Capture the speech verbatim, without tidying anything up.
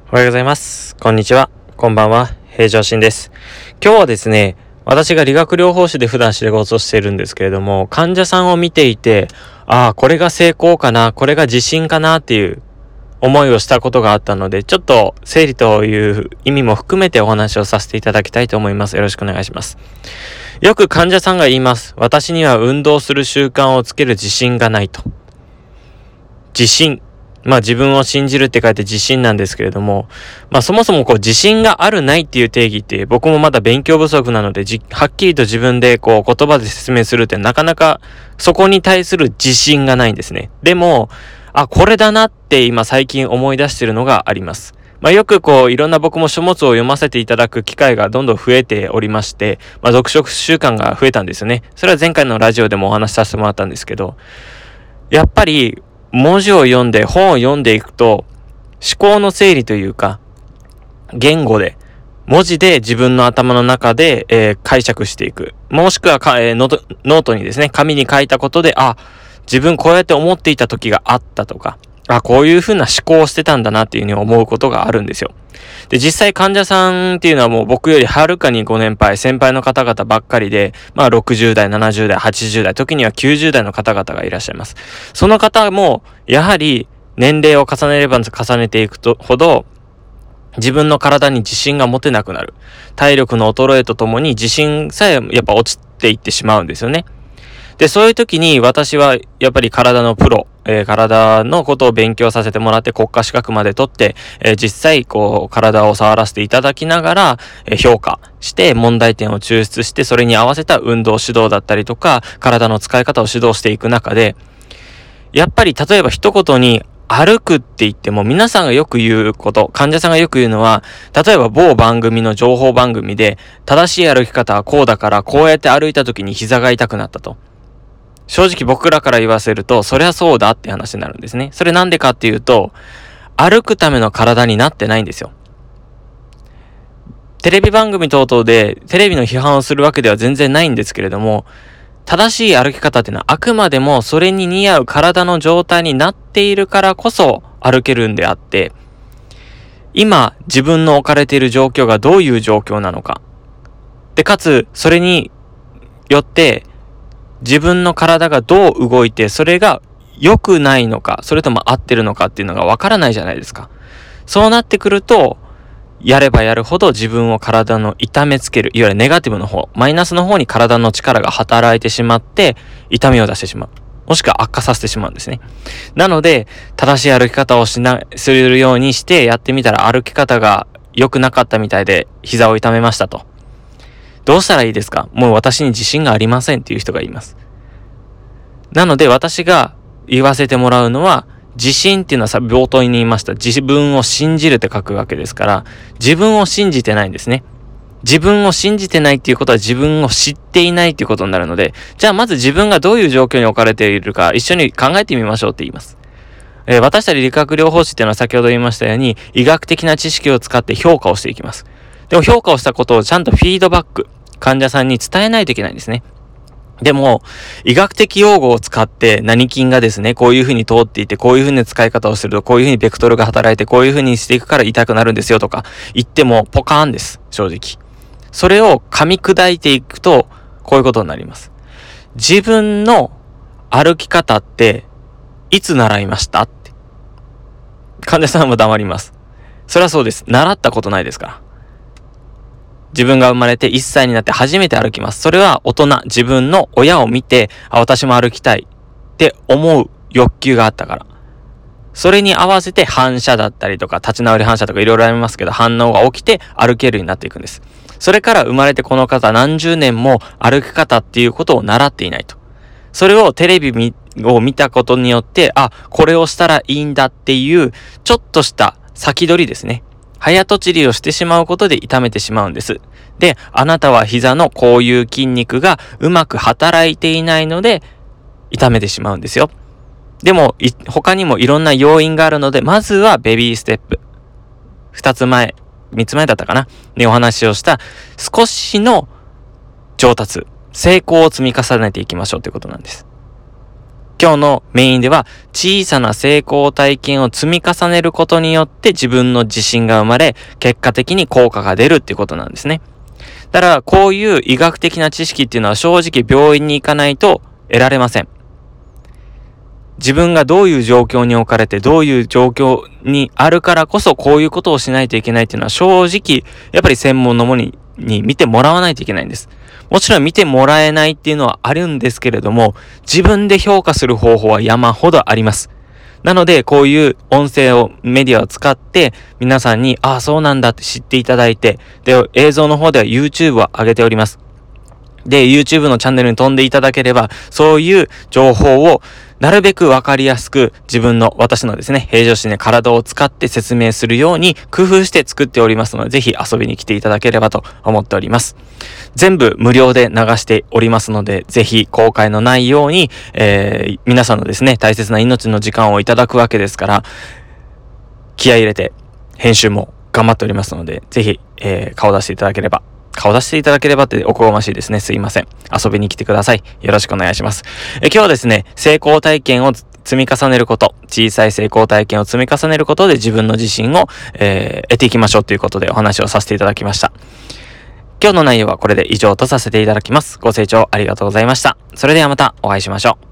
おはようございます。こんにちは。こんばんは。平常心です。今日はですね、私が理学療法士で普段仕事をしているんですけれども、患者さんを見ていて、ああ、これが成功かな、これが自信かなっていう思いをしたことがあったので、ちょっと整理という意味も含めてお話をさせていただきたいと思います。よろしくお願いします。よく患者さんが言います。私には運動する習慣をつける自信がないと。自信。まあ自分を信じるって書いて自信なんですけれども、まあそもそもこう自信があるないっていう定義って僕もまだ勉強不足なのでじはっきりと自分でこう言葉で説明するってなかなかそこに対する自信がないんですね。でも、あ、これだなって今最近思い出してるのがあります。まあよくこういろんな僕も書物を読ませていただく機会がどんどん増えておりまして、まあ読書習慣が増えたんですよね。それは前回のラジオでもお話しさせてもらったんですけど、やっぱり文字を読んで本を読んでいくと思考の整理というか言語で文字で自分の頭の中で、えー、解釈していく。もしくはか、えー、ノート、ノートにですね、紙に書いたことで、あ、自分こうやって思っていた時があったとか、あ、こういう風な思考をしてたんだなっていうふうに思うことがあるんですよ。で、実際患者さんっていうのはもう僕よりはるかにご年配、先輩の方々ばっかりで、まあろくじゅう代、ななじゅう代、はちじゅう代、時にはきゅうじゅう代の方々がいらっしゃいます。その方も、やはり年齢を重ねれば重ねていくとほど、自分の体に自信が持てなくなる。体力の衰えとともに自信さえやっぱ落ちていってしまうんですよね。で、そういう時に私はやっぱり体のプロ、えー、体のことを勉強させてもらって国家資格まで取って、えー、実際こう体を触らせていただきながら、えー、評価して問題点を抽出してそれに合わせた運動指導だったりとか体の使い方を指導していく中で、やっぱり例えば一言に歩くって言っても皆さんがよく言うこと、患者さんがよく言うのは、例えば某番組の情報番組で正しい歩き方はこうだからこうやって歩いた時に膝が痛くなったと。正直僕らから言わせると、そりゃそうだって話になるんですね。それなんでかっていうと、歩くための体になってないんですよ。テレビ番組等々でテレビの批判をするわけでは全然ないんですけれども、正しい歩き方っていうのはあくまでもそれに似合う体の状態になっているからこそ歩けるんであって、今自分の置かれている状況がどういう状況なのか。で、かつそれによって自分の体がどう動いてそれが良くないのか、それとも合ってるのかっていうのがわからないじゃないですか。そうなってくると、やればやるほど自分を体の痛めつける、いわゆるネガティブの方、マイナスの方に体の力が働いてしまって痛みを出してしまう。もしくは悪化させてしまうんですね。なので、正しい歩き方をしな、するようにしてやってみたら歩き方が良くなかったみたいで膝を痛めましたと。どうしたらいいですか？もう私に自信がありませんっていう人がいます。なので私が言わせてもらうのは、自信っていうのはさ、冒頭に言いました。自分を信じるって書くわけですから、自分を信じてないんですね。自分を信じてないっていうことは自分を知っていないっていうことになるので、じゃあまず自分がどういう状況に置かれているか一緒に考えてみましょうって言います。えー、私たち理学療法士っていうのは先ほど言いましたように、医学的な知識を使って評価をしていきます。でも評価をしたことをちゃんとフィードバック、患者さんに伝えないといけないんですね。でも、医学的用語を使って何筋がですね、こういう風に通っていて、こういう風に使い方をすると、こういう風にベクトルが働いて、こういう風にしていくから痛くなるんですよとか言ってもポカーンです、正直。それを噛み砕いていくと、こういうことになります。自分の歩き方って、いつ習いましたって。患者さんも黙ります。それはそうです。習ったことないですから。自分が生まれていっさいになって初めて歩きます。それは大人、自分の親を見て、あ、私も歩きたいって思う欲求があったから。それに合わせて反射だったりとか、立ち直り反射とかいろいろありますけど、反応が起きて歩けるようになっていくんです。それから生まれてこの方何十年も歩き方っていうことを習っていないと。それをテレビを見たことによって、あ、これをしたらいいんだっていう、ちょっとした先取りですね。早とちりをしてしまうことで痛めてしまうんです。で、あなたは膝のこういう筋肉がうまく働いていないので痛めてしまうんですよ。でも、他にもいろんな要因があるので、まずはベビーステップ。二つ前、三つ前だったかなにお話をした少しの上達、成功を積み重ねていきましょうということなんです。 今日のメインでは、小さな成功体験を積み重ねることによって自分の自信が生まれ、結果的に効果が出るっていうことなんですね。だから、こういう医学的な知識っていうのは正直病院に行かないと得られません。自分がどういう状況に置かれて、どういう状況にあるからこそ、こういうことをしないといけないっていうのは正直、やっぱり専門のものに、に見てもらわないといけないんです。もちろん見てもらえないっていうのはあるんですけれども、自分で評価する方法は山ほどあります。なので、こういう音声を、メディアを使って、皆さんに、ああ、そうなんだって知っていただいて、で、映像の方では YouTube を上げております。で、YouTube のチャンネルに飛んでいただければ、そういう情報をなるべくわかりやすく自分の、私のですね、平常心で体を使って説明するように工夫して作っておりますので、ぜひ遊びに来ていただければと思っております。全部無料で流しておりますので、ぜひ後悔のないように、えー、皆さんのですね、大切な命の時間をいただくわけですから、気合い入れて編集も頑張っておりますので、ぜひ、えー、顔出していただければ顔出していただければっておこがましいですね。すいません。遊びに来てください。よろしくお願いします。え今日はですね、成功体験を積み重ねること、小さい成功体験を積み重ねることで自分の自信を、えー、得ていきましょうということでお話をさせていただきました。今日の内容はこれで以上とさせていただきます。ご清聴ありがとうございました。それではまたお会いしましょう。